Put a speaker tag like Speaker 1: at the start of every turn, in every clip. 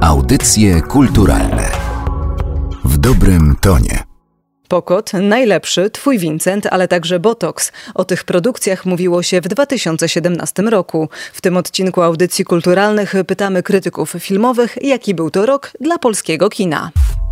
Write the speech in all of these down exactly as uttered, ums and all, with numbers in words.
Speaker 1: Audycje kulturalne w dobrym tonie.
Speaker 2: Pokot, Najlepszy, Twój Vincent, ale także Botox. O tych produkcjach mówiło się w dwa tysiące siedemnastym roku. W tym odcinku Audycji Kulturalnych pytamy krytyków filmowych, jaki był to rok dla polskiego kina.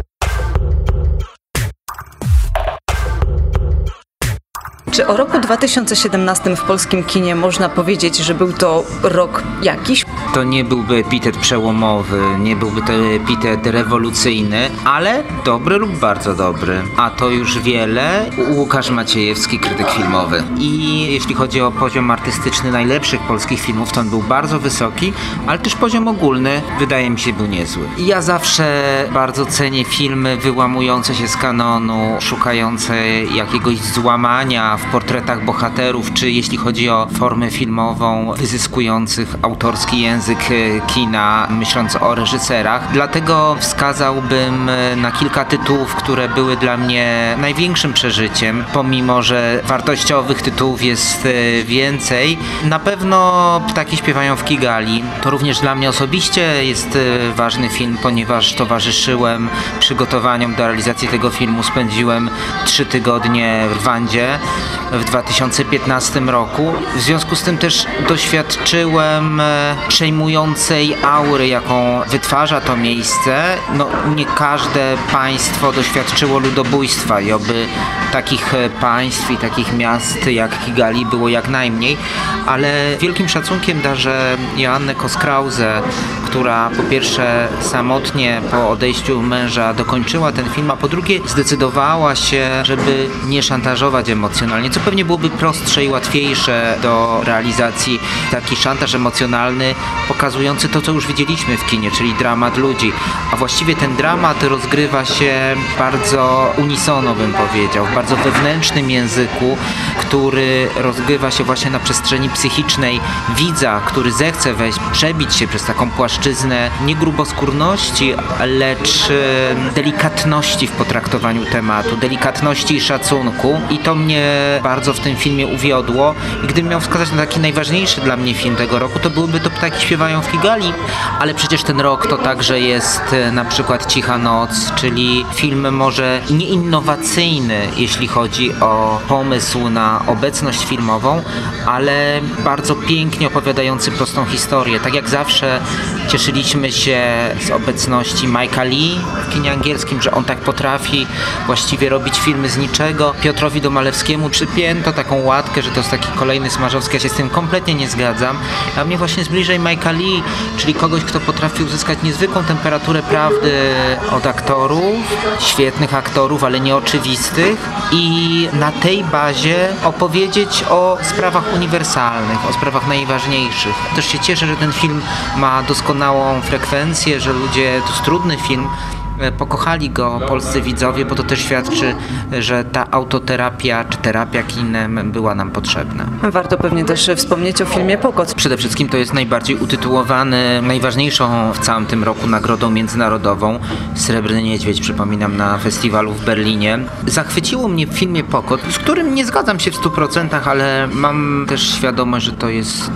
Speaker 2: Czy o roku dwa tysiące siedemnastym w polskim kinie można powiedzieć, że był to rok jakiś?
Speaker 3: To nie byłby epitet przełomowy, nie byłby to epitet rewolucyjny, ale dobry lub bardzo dobry. A to już wiele. Łukasz Maciejewski, krytyk filmowy. I jeśli chodzi o poziom artystyczny najlepszych polskich filmów, to on był bardzo wysoki, ale też poziom ogólny, wydaje mi się, był niezły. I ja zawsze bardzo cenię filmy wyłamujące się z kanonu, szukające jakiegoś złamania w portretach bohaterów, czy jeśli chodzi o formę filmową, wyzyskujących autorski język kina, myśląc o reżyserach. Dlatego wskazałbym na kilka tytułów, które były dla mnie największym przeżyciem, pomimo że wartościowych tytułów jest więcej. Na pewno Ptaki śpiewają w Kigali. To również dla mnie osobiście jest ważny film, ponieważ towarzyszyłem przygotowaniom do realizacji tego filmu. Spędziłem trzy tygodnie w Rwandzie w dwa tysiące piętnastym roku. W związku z tym też doświadczyłem przejmującej aury, jaką wytwarza to miejsce. No, nie każde państwo doświadczyło ludobójstwa i oby takich państw i takich miast jak Kigali było jak najmniej, ale wielkim szacunkiem darzę Joannę Kos-Krause, która po pierwsze samotnie po odejściu męża dokończyła ten film, a po drugie zdecydowała się, żeby nie szantażować emocjonalnie, co pewnie byłoby prostsze i łatwiejsze do realizacji. Taki szantaż emocjonalny pokazujący to, co już widzieliśmy w kinie, czyli dramat ludzi. A właściwie ten dramat rozgrywa się bardzo unisono, bym powiedział, w bardzo wewnętrznym języku, który rozgrywa się właśnie na przestrzeni psychicznej widza, który zechce wejść, przebić się przez taką płaszczyznę nie gruboskórności, lecz delikatności w potraktowaniu tematu, delikatności i szacunku. I to mnie bardzo w tym filmie uwiodło. I gdybym miał wskazać na taki najważniejszy dla mnie film tego roku, to byłyby to Ptaki śpiewają w Kigali, ale przecież ten rok to także jest na przykład Cicha noc, czyli film może nie innowacyjny, jeśli chodzi o pomysł na obecność filmową, ale bardzo pięknie opowiadający prostą historię. Tak jak zawsze cieszyliśmy się z obecności Mike'a Lee w kinie angielskim, że on tak potrafi właściwie robić filmy z niczego. Piotrowi Domalewskiemu przypięto taką łatkę, że to jest taki kolejny Smarzowski. Ja się z tym kompletnie nie zgadzam. A mnie właśnie zbliżej Mike'a Lee, czyli kogoś, kto potrafi uzyskać niezwykłą temperaturę prawdy od aktorów, świetnych aktorów, ale nieoczywistych, i na tej bazie opowiedzieć o sprawach uniwersalnych, o sprawach najważniejszych. Też się cieszę, że ten film ma doskonałą frekwencję, że ludzie, to jest trudny film, pokochali go polscy widzowie, bo to też świadczy, że ta autoterapia czy terapia kinem była nam potrzebna.
Speaker 2: Warto pewnie też wspomnieć o filmie Pokot.
Speaker 3: Przede wszystkim to jest najbardziej utytułowany, najważniejszą w całym tym roku nagrodą międzynarodową. Srebrny Niedźwiedź, przypominam, na festiwalu w Berlinie. Zachwyciło mnie w filmie Pokot, z którym nie zgadzam się w stu procentach, ale mam też świadomość, że to jest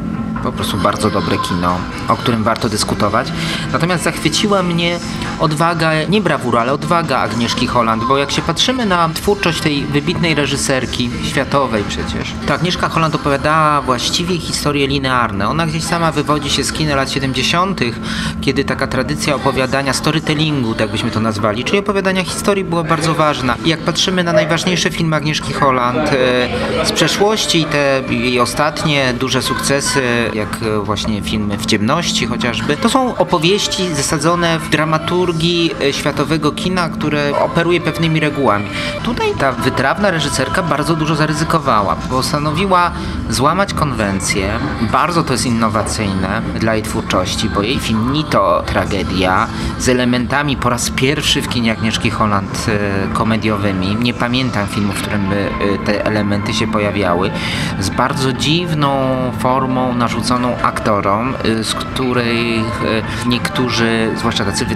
Speaker 3: po prostu bardzo dobre kino, o którym warto dyskutować. Natomiast zachwyciła mnie odwaga, nie brawura, ale odwaga Agnieszki Holland, bo jak się patrzymy na twórczość tej wybitnej reżyserki, światowej przecież, to Agnieszka Holland opowiadała właściwie historie linearne. Ona gdzieś sama wywodzi się z kina lat siedemdziesiątych, kiedy taka tradycja opowiadania, storytellingu, tak byśmy to nazwali, czyli opowiadania historii była bardzo ważna. I jak patrzymy na najważniejsze filmy Agnieszki Holland e, z przeszłości i te jej ostatnie duże sukcesy, jak właśnie filmy W ciemności chociażby, to są opowieści zasadzone w dramaturgii światowego kina, które operuje pewnymi regułami. Tutaj ta wytrawna reżyserka bardzo dużo zaryzykowała. Postanowiła złamać konwencję. Bardzo to jest innowacyjne dla jej twórczości, bo jej film ni to tragedia z elementami po raz pierwszy w kinie Agnieszki Holland e, komediowymi. Nie pamiętam filmu, w którym by e, te elementy się pojawiały. Z bardzo dziwną formą narzuconą aktorom, e, z której e, niektórzy, zwłaszcza tacy wytrawni aktorzy,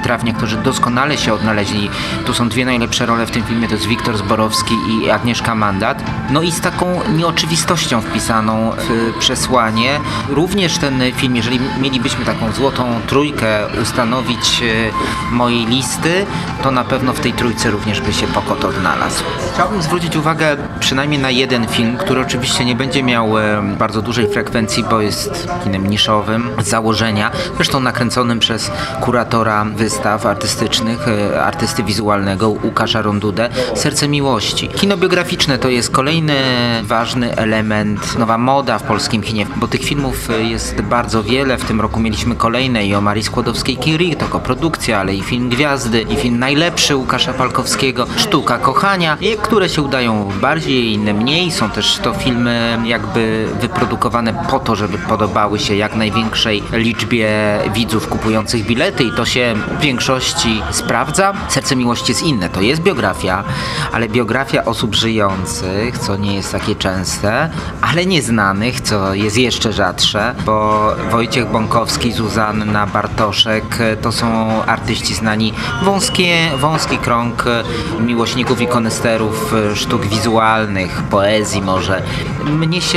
Speaker 3: aktorzy doskonale się odnaleźli. Tu są dwie najlepsze role w tym filmie, to jest Wiktor Zborowski i Agnieszka Mandat. No i z taką nieoczywistością wpisaną w przesłanie. Również ten film, jeżeli mielibyśmy taką złotą trójkę ustanowić mojej listy, to na pewno w tej trójce również by się Pokot odnalazł. Chciałbym zwrócić uwagę przynajmniej na jeden film, który oczywiście nie będzie miał bardzo dużej frekwencji, bo jest kinem niszowym z założenia, zresztą nakręconym przez kuratora wystaw artystycznych, artysty wizualnego Łukasza Rondudę, Serce miłości. Kino biograficzne to jest kolejny ważny element, nowa moda w polskim kinie, bo tych filmów jest bardzo wiele. W tym roku mieliśmy kolejne i o Marii Skłodowskiej-Curie, to koprodukcja, ale i film Gwiazdy, i film najlepszy Łukasza Palkowskiego, Sztuka kochania, które się udają bardziej, inne mniej. Są też to filmy jakby wyprodukowane po to, żeby podobały się jak największej liczbie widzów kupujących bilety i to się w większości sprawdza. Serce miłości jest inne, to jest biografia, ale biografia osób żyjących, co nie jest takie częste, ale nieznanych, co jest jeszcze rzadsze, bo Wojciech Bąkowski, Zuzanna Bartoszek to są artyści znani, wąskie, wąski krąg miłośników i konesterów sztuk wizualnych, poezji może. Mnie się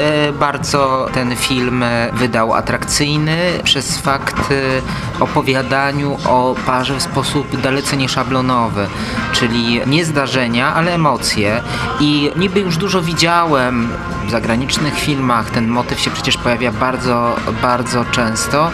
Speaker 3: bardzo ten film wydał atrakcyjny przez fakt opowiadaniu o parze w sposób dalece nieszablonowy, czyli nie zdarzenia, ale emocje. I niby już dużo widziałem w zagranicznych filmach, ten motyw się przecież pojawia bardzo, bardzo często,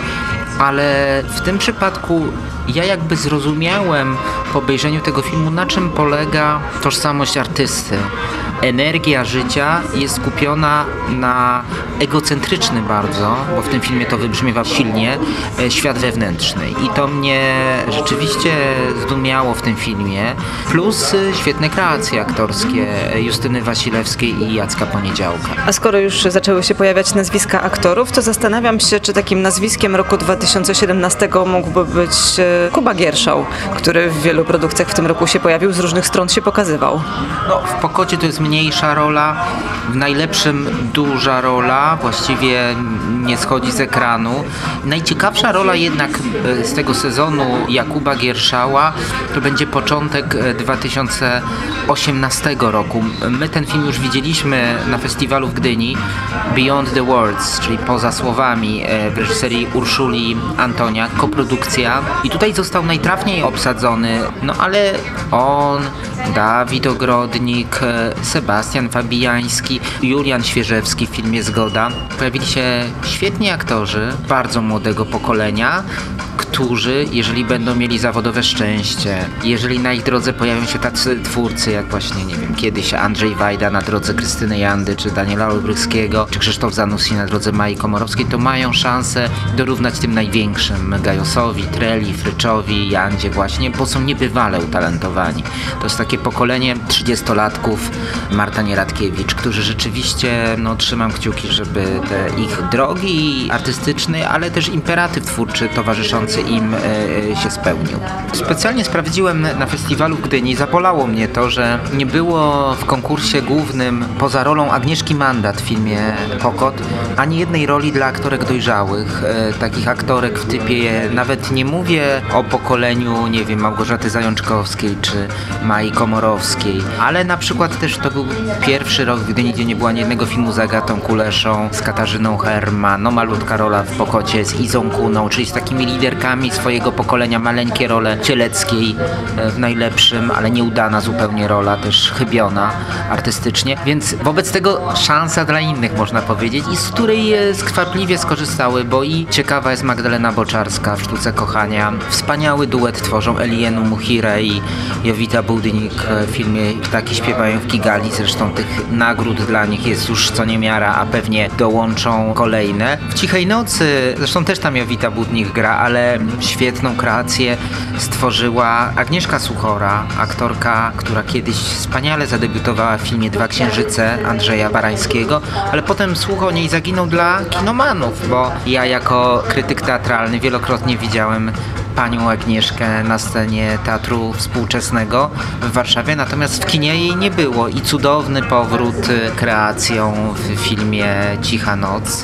Speaker 3: ale w tym przypadku ja jakby zrozumiałem po obejrzeniu tego filmu, na czym polega tożsamość artysty. Energia życia jest skupiona na egocentryczny bardzo, bo w tym filmie to wybrzmiewa silnie, świat wewnętrzny. I to mnie rzeczywiście zdumiało w tym filmie. Plus świetne kreacje aktorskie Justyny Wasilewskiej i Jacka Poniedziałka.
Speaker 2: A skoro już zaczęły się pojawiać nazwiska aktorów, to zastanawiam się, czy takim nazwiskiem roku dwa tysiące siedemnastego mógłby być Kuba Gierszał, który w wielu produkcjach w tym roku się pojawił, z różnych stron się pokazywał.
Speaker 3: No, w Pokocie to jest mniejsza rola, w najlepszym duża rola, właściwie nie schodzi z ekranu. Najciekawsza rola jednak z tego sezonu Jakuba Gierszała to będzie początek dwa tysiące osiemnastego roku. My ten film już widzieliśmy na festiwalu w Gdyni, Beyond the Words, czyli Poza słowami, w reżyserii Urszuli Antonia, koprodukcja. I tutaj został najtrafniej obsadzony, no ale on, Dawid Ogrodnik, Sebastian Fabijański, Julian Świeżewski w filmie Zgoda. Pojawili się świetni aktorzy bardzo młodego pokolenia, którzy, jeżeli będą mieli zawodowe szczęście, jeżeli na ich drodze pojawią się tacy twórcy jak właśnie, nie wiem, kiedyś Andrzej Wajda na drodze Krystyny Jandy, czy Daniela Olbrychskiego, czy Krzysztof Zanussi na drodze Mai Komorowskiej, to mają szansę dorównać tym największym, Gajosowi, Treli, Fryczowi, Jandzie właśnie, bo są niebywale utalentowani. To jest takie pokolenie trzydziestolatków, Marta Nieradkiewicz, którzy rzeczywiście, no trzymam kciuki, żeby te ich drogi artystyczne, ale też imperatyw twórczy towarzyszący im e, się spełnił. Specjalnie sprawdziłem na festiwalu w Gdyni, zabolało mnie to, że nie było w konkursie głównym, poza rolą Agnieszki Mandat w filmie Pokot, ani jednej roli dla aktorek dojrzałych, e, takich aktorek w typie, nawet nie mówię o pokoleniu, nie wiem, Małgorzaty Zajączkowskiej czy Mai Komorowskiej, ale na przykład też to był pierwszy rok w Gdyni, gdzie nie było ani jednego filmu z Agatą Kuleszą, z Katarzyną Herman, no malutka rola w Pokocie z Izą Kuną, czyli z takimi liderkami swojego pokolenia, maleńkie role Cieleckiej w najlepszym, ale nieudana zupełnie rola, też chybiona artystycznie, więc wobec tego szansa dla innych, można powiedzieć, i z której skwapliwie skorzystały, bo i ciekawa jest Magdalena Boczarska w Sztuce kochania. Wspaniały duet tworzą Elienu Muchire i Jowita Budnik w filmie Ptaki śpiewają w Kigali, zresztą tych nagród dla nich jest już co niemiara, a pewnie dołączą kolejne. W Cichej nocy, zresztą też tam Jowita Budnik gra, ale świetną kreację stworzyła Agnieszka Suchora, aktorka, która kiedyś wspaniale zadebiutowała w filmie Dwa księżyce Andrzeja Barańskiego, ale potem słuch o niej zaginął dla kinomanów, bo ja jako krytyk teatralny wielokrotnie widziałem panią Agnieszkę na scenie Teatru Współczesnego w Warszawie, natomiast w kinie jej nie było i cudowny powrót kreacją w filmie Cicha noc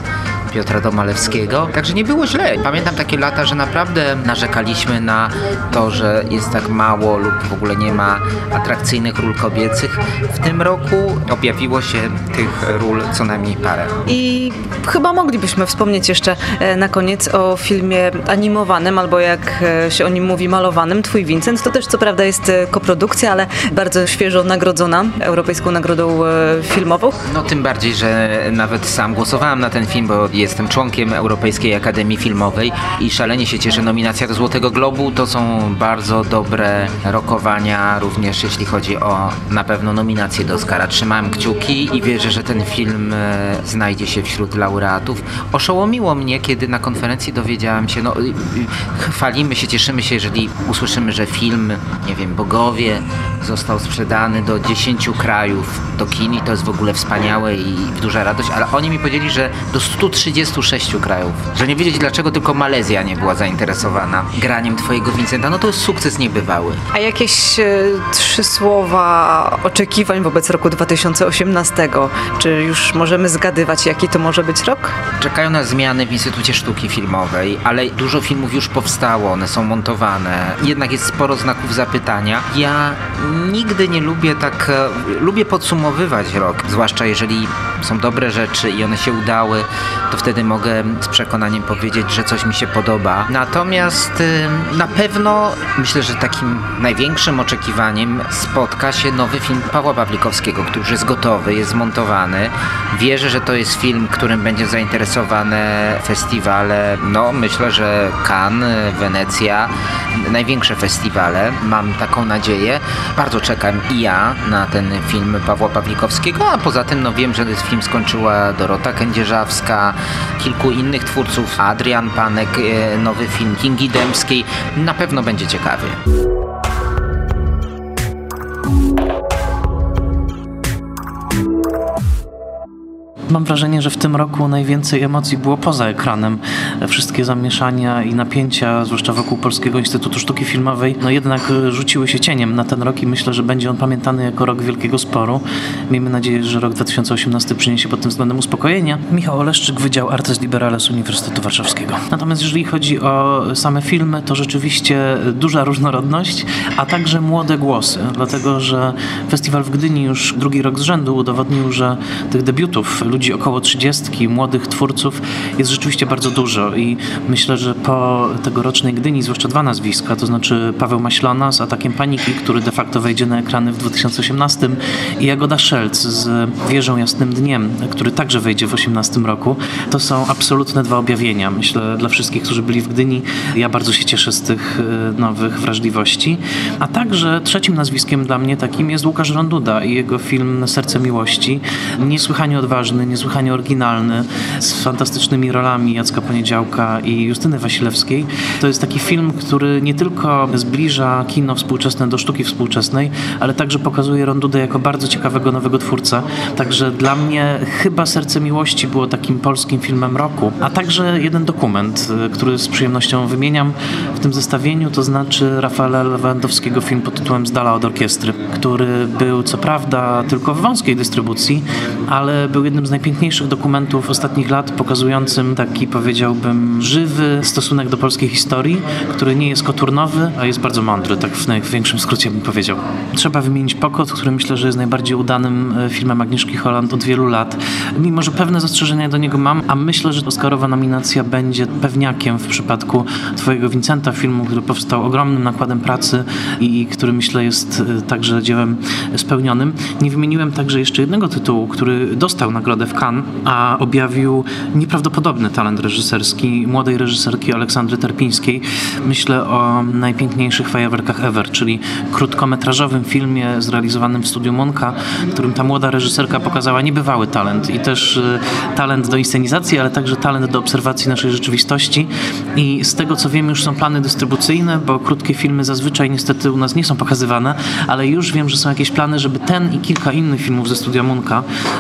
Speaker 3: Piotra Domalewskiego. Także nie było źle. Pamiętam takie lata, że naprawdę narzekaliśmy na to, że jest tak mało lub w ogóle nie ma atrakcyjnych ról kobiecych. W tym roku objawiło się tych ról co najmniej parę.
Speaker 2: I chyba moglibyśmy wspomnieć jeszcze na koniec o filmie animowanym, albo jak się o nim mówi, malowanym, Twój Vincent. To też co prawda jest koprodukcja, ale bardzo świeżo nagrodzona Europejską Nagrodą Filmową.
Speaker 3: No tym bardziej, że nawet sam głosowałem na ten film, bo jestem członkiem Europejskiej Akademii Filmowej i szalenie się cieszę. Nominacja do Złotego Globu to są bardzo dobre rokowania, również jeśli chodzi o na pewno nominację do Oscara. Trzymałem kciuki i wierzę, że ten film znajdzie się wśród laureatów. Oszołomiło mnie, kiedy na konferencji dowiedziałem się, no chwalimy się, cieszymy się, jeżeli usłyszymy, że film, nie wiem, Bogowie został sprzedany do dziesięciu krajów, do kin i to jest w ogóle wspaniałe i duża radość, ale oni mi powiedzieli, że do stu trzydziestu sześciu krajów, że nie wiedzieć dlaczego tylko Malezja nie była zainteresowana graniem Twojego Vincenta, no to jest sukces niebywały.
Speaker 2: A jakieś e, trzy słowa oczekiwań wobec roku dwa tysiące osiemnastego? Czy już możemy zgadywać, jaki to może być rok?
Speaker 3: Czekają nas zmiany w Instytucie Sztuki Filmowej, ale dużo filmów już powstało, one są montowane. Jednak jest sporo znaków zapytania. Ja nigdy nie lubię tak, e, lubię podsumowywać rok, zwłaszcza jeżeli są dobre rzeczy i one się udały, to wtedy mogę z przekonaniem powiedzieć, że coś mi się podoba. Natomiast y, na pewno myślę, że takim największym oczekiwaniem spotka się nowy film Pawła Pawlikowskiego, który już jest gotowy, jest zmontowany. Wierzę, że to jest film, którym będzie zainteresowane festiwale, no myślę, że Cannes, Wenecja, największe festiwale. Mam taką nadzieję. Bardzo czekam i ja na ten film Pawła Pawlikowskiego, a poza tym no wiem, że ten film skończyła Dorota Kędzierzawska, kilku innych twórców, Adrian Panek, nowy film Kingi Dębskiej. Na pewno będzie ciekawy.
Speaker 4: Mam wrażenie, że w tym roku najwięcej emocji było poza ekranem. Wszystkie zamieszania i napięcia, zwłaszcza wokół Polskiego Instytutu Sztuki Filmowej, no jednak rzuciły się cieniem na ten rok i myślę, że będzie on pamiętany jako rok wielkiego sporu. Miejmy nadzieję, że rok dwa tysiące osiemnasty przyniesie pod tym względem uspokojenia. Michał Oleszczyk, Wydział Artes Liberales Uniwersytetu Warszawskiego. Natomiast jeżeli chodzi o same filmy, to rzeczywiście duża różnorodność, a także młode głosy, dlatego że festiwal w Gdyni już drugi rok z rzędu udowodnił, że tych debiutów ludzi około trzydziestki, młodych twórców jest rzeczywiście bardzo dużo i myślę, że po tegorocznej Gdyni, zwłaszcza dwa nazwiska, to znaczy Paweł Maślona z Atakiem Paniki, który de facto wejdzie na ekrany w dwa tysiące osiemnastym i Jagoda Szelc z Wieżą Jasnym Dniem, który także wejdzie w osiemnastym roku. To są absolutne dwa objawienia, myślę, dla wszystkich, którzy byli w Gdyni. Ja bardzo się cieszę z tych nowych wrażliwości. A także trzecim nazwiskiem dla mnie takim jest Łukasz Ronduda i jego film Serce Miłości. Niesłychanie odważny, niesłychanie oryginalny, z fantastycznymi rolami Jacka Poniedziałka i Justyny Wasilewskiej. To jest taki film, który nie tylko zbliża kino współczesne do sztuki współczesnej, ale także pokazuje Rondudę jako bardzo ciekawego nowego twórcę. Także dla mnie chyba Serce Miłości było takim polskim filmem roku, a także jeden dokument, który z przyjemnością wymieniam w tym zestawieniu, to znaczy Rafaela Lewandowskiego film pod tytułem Z dala od orkiestry, który był co prawda tylko w wąskiej dystrybucji, ale był jednym z najpiękniejszych dokumentów ostatnich lat, pokazującym taki, powiedziałbym, żywy stosunek do polskiej historii, który nie jest koturnowy, a jest bardzo mądry, tak w największym skrócie bym powiedział. Trzeba wymienić Pokot, który myślę, że jest najbardziej udanym filmem Agnieszki Holland od wielu lat. Mimo że pewne zastrzeżenia do niego mam, a myślę, że oscarowa nominacja będzie pewniakiem w przypadku Twojego Vincenta, filmu, który powstał ogromnym nakładem pracy i, i który myślę jest także dziełem spełnionym. Nie wymieniłem także jeszcze jednego tytułu, który dostał nagrodę w Cannes, a objawił nieprawdopodobny talent reżyserski młodej reżyserki Aleksandry Terpińskiej. Myślę o Najpiękniejszych fajerwerkach ever, czyli krótkometrażowym filmie zrealizowanym w studiu Monka, w którym ta młoda reżyserka pokazała niebywały talent i też talent do inscenizacji, ale także talent do obserwacji naszej rzeczywistości. I z tego co wiem, już są plany dystrybucyjne, bo krótkie filmy zazwyczaj niestety u nas nie są pokazywane, ale już wiem, że są jakieś plany, żeby ten i kilka innych filmów ze studia Monka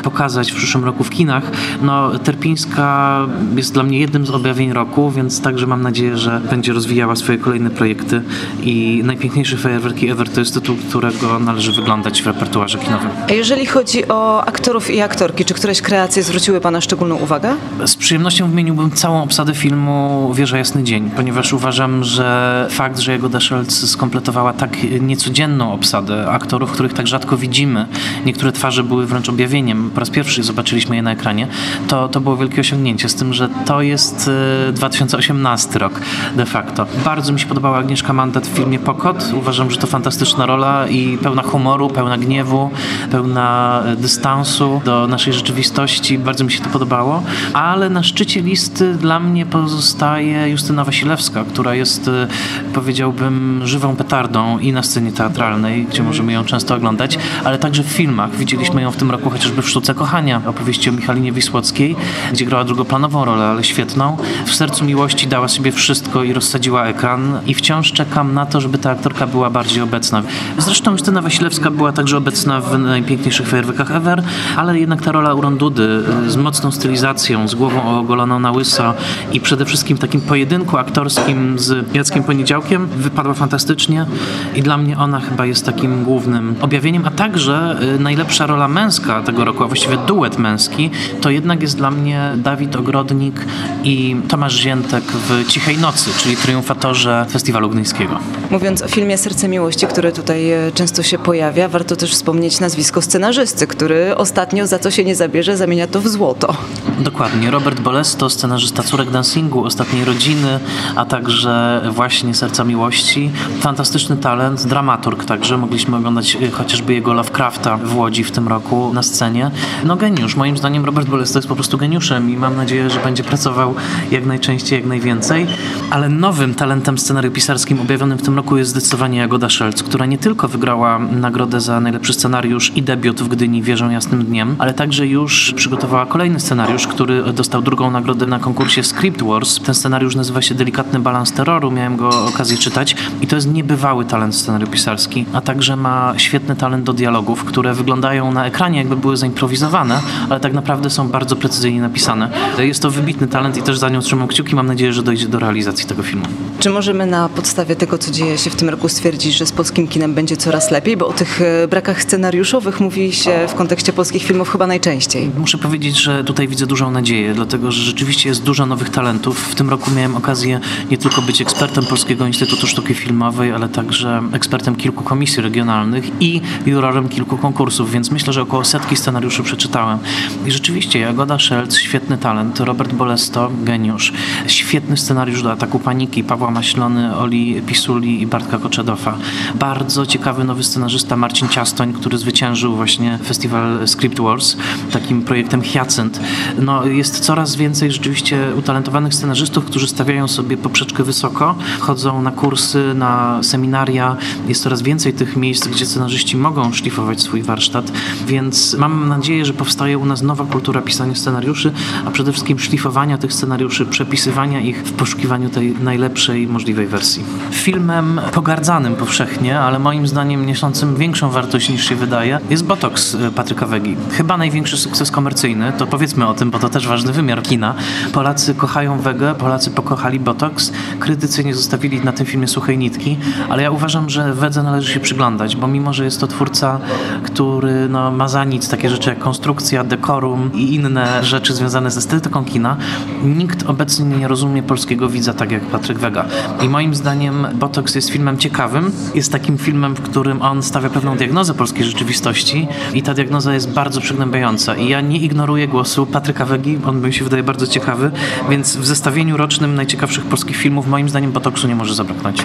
Speaker 4: pokazać w przyszłym roku w kinach. No, Terpińska jest dla mnie jednym z objawień roku, więc także mam nadzieję, że będzie rozwijała swoje kolejne projekty i Najpiękniejsze fajerwerki ever to jest tytuł, którego należy wyglądać w repertuarze kinowym.
Speaker 2: A jeżeli chodzi o aktorów i aktorki, czy któreś kreacje zwróciły Pana szczególną uwagę?
Speaker 4: Z przyjemnością wymieniłbym całą obsadę filmu Wieża Jasny Dzień, ponieważ uważam, że fakt, że Jagoda Szelc skompletowała tak niecodzienną obsadę aktorów, których tak rzadko widzimy, niektóre twarze były wręcz objawieniem, po raz pierwszy zobaczyliśmy je na ekranie, to, to było wielkie osiągnięcie, z tym, że to jest dwa tysiące osiemnasty rok de facto. Bardzo mi się podobała Agnieszka Mandat w filmie Pokot. Uważam, że to fantastyczna rola i pełna humoru, pełna gniewu, pełna dystansu do naszej rzeczywistości. Bardzo mi się to podobało. Ale na szczycie listy dla mnie pozostaje Justyna Wasilewska, która jest, powiedziałbym, żywą petardą i na scenie teatralnej, gdzie możemy ją często oglądać, ale także w filmach. Widzieliśmy ją w tym roku chociażby w Sztuce Kochania, opowieści o Michalinie Wisłockiej, gdzie grała drugoplanową rolę, ale świetną. W Sercu Miłości dała sobie wszystko i rozsadziła ekran i wciąż czekam na to, żeby ta aktorka była bardziej obecna. Zresztą Justyna Wasilewska była także obecna w Najpiękniejszych fajerwerkach ever, ale jednak ta rola Urondudy z mocną stylizacją, z głową ogoloną na łyso i przede wszystkim takim pojedynku aktorskim z Jackiem Poniedziałkiem wypadła fantastycznie i dla mnie ona chyba jest takim głównym objawieniem, a także najlepsza rola męska tego roku, a właściwie duet męski, to jednak jest dla mnie Dawid Ogrodnik i Tomasz Ziętek w Cichej Nocy, czyli triumfatorze Festiwalu Gdyńskiego.
Speaker 2: Mówiąc o filmie Serce Miłości, które tutaj często się pojawia, warto też wspomnieć nazwisko scenarzysty, który ostatnio, za co się nie zabierze, zamienia to w złoto.
Speaker 4: Dokładnie. Robert Bolesto, scenarzysta Córek Dancingu, Ostatniej Rodziny, a także właśnie Serca Miłości. Fantastyczny talent, dramaturg także. Mogliśmy oglądać chociażby jego Lovecrafta w Łodzi w tym roku na scenie. No geniusz. Moim zdaniem Robert Bolesto jest po prostu geniuszem i mam nadzieję, że będzie pracował jak najczęściej, jak najwięcej. Ale nowym talentem scenariopisarskim objawionym w tym roku jest zdecydowanie Jagoda Szelc, która nie tylko wygrała nagrodę za najlepszy scenariusz i debiut w Gdyni Wieżą Jasnym Dniem, ale także już przygotowała kolejny scenariusz, który dostał drugą nagrodę na konkursie Script Wars. Ten scenariusz nazywa się Delikatny balans terroru. Miałem go okazję czytać i to jest niebywały talent scenariopisarski, a także ma świetny talent do dialogów, które wyglądają na ekranie jakby były zaimprowizowane, ale tak naprawdę są bardzo precyzyjnie napisane. Jest to wybitny talent i też za nią trzymam kciuki. Mam nadzieję, że dojdzie do realizacji tego filmu.
Speaker 2: Czy możemy na podstawie tego, co dzieje się w tym roku, stwierdzić, że z polskim kinem będzie coraz lepiej? Bo o tych brakach scenariuszowych mówi się w kontekście polskich filmów chyba najczęściej.
Speaker 4: Muszę powiedzieć, że tutaj widzę dużą nadzieję, dlatego że rzeczywiście jest dużo nowych talentów. W tym roku miałem okazję nie tylko być ekspertem Polskiego Instytutu Sztuki Filmowej, ale także ekspertem kilku komisji regionalnych i jurorem kilku konkursów, więc myślę, że około setki scenariuszy przeczytałem. I rzeczywiście Jagoda Szelc, świetny talent, Robert Bolesto, geniusz. Świetny scenariusz do Ataku Paniki, Pawła Maślony, Oli Pisuli i Bartka Koczedowa. Bardzo ciekawy nowy scenarzysta Marcin Ciastoń, który zwyciężył właśnie festiwal Script Wars, takim projektem Hyacynt. No, jest coraz więcej rzeczywiście utalentowanych scenarzystów, którzy stawiają sobie poprzeczkę wysoko, chodzą na kursy, na seminaria. Jest coraz więcej tych miejsc, gdzie scenarzyści mogą szlifować swój warsztat, więc mam nadzieję, że powstaje u nas nowa kultura pisania scenariuszy, a przede wszystkim szlifowania tych scenariuszy, przepisywania ich w poszukiwaniu tej najlepszej możliwej wersji. Filmem pogardzanym powszechnie, ale moim zdaniem niosącym większą wartość niż się wydaje, jest Botox Patryka Wegi. Chyba największy sukces komercyjny, to powiedzmy o tym, bo to też ważny wymiar kina. Polacy kochają Wegę, Polacy pokochali Botox, krytycy nie zostawili na tym filmie suchej nitki, ale ja uważam, że Wedze należy się przyglądać, bo mimo, że jest to twórca, który no, ma za nic takie rzeczy jak konstrukcja, dekorum i inne rzeczy związane z estetyką kina, nikt obecnie nie rozumie polskiego widza tak jak Patryk Wega. I moim zdaniem Botox jest filmem ciekawym, jest takim filmem, w którym on stawia pewną diagnozę polskiej rzeczywistości i ta diagnoza jest bardzo przygnębiająca. I ja nie ignoruję głosu Patryka Wegi, on mi się wydaje bardzo ciekawy, więc w zestawieniu rocznym najciekawszych polskich filmów moim zdaniem Botoxu nie może zabraknąć.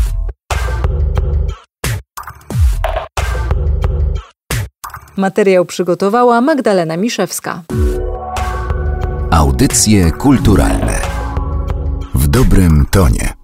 Speaker 2: Materiał przygotowała Magdalena Miszewska.
Speaker 1: Audycje kulturalne w dobrym tonie.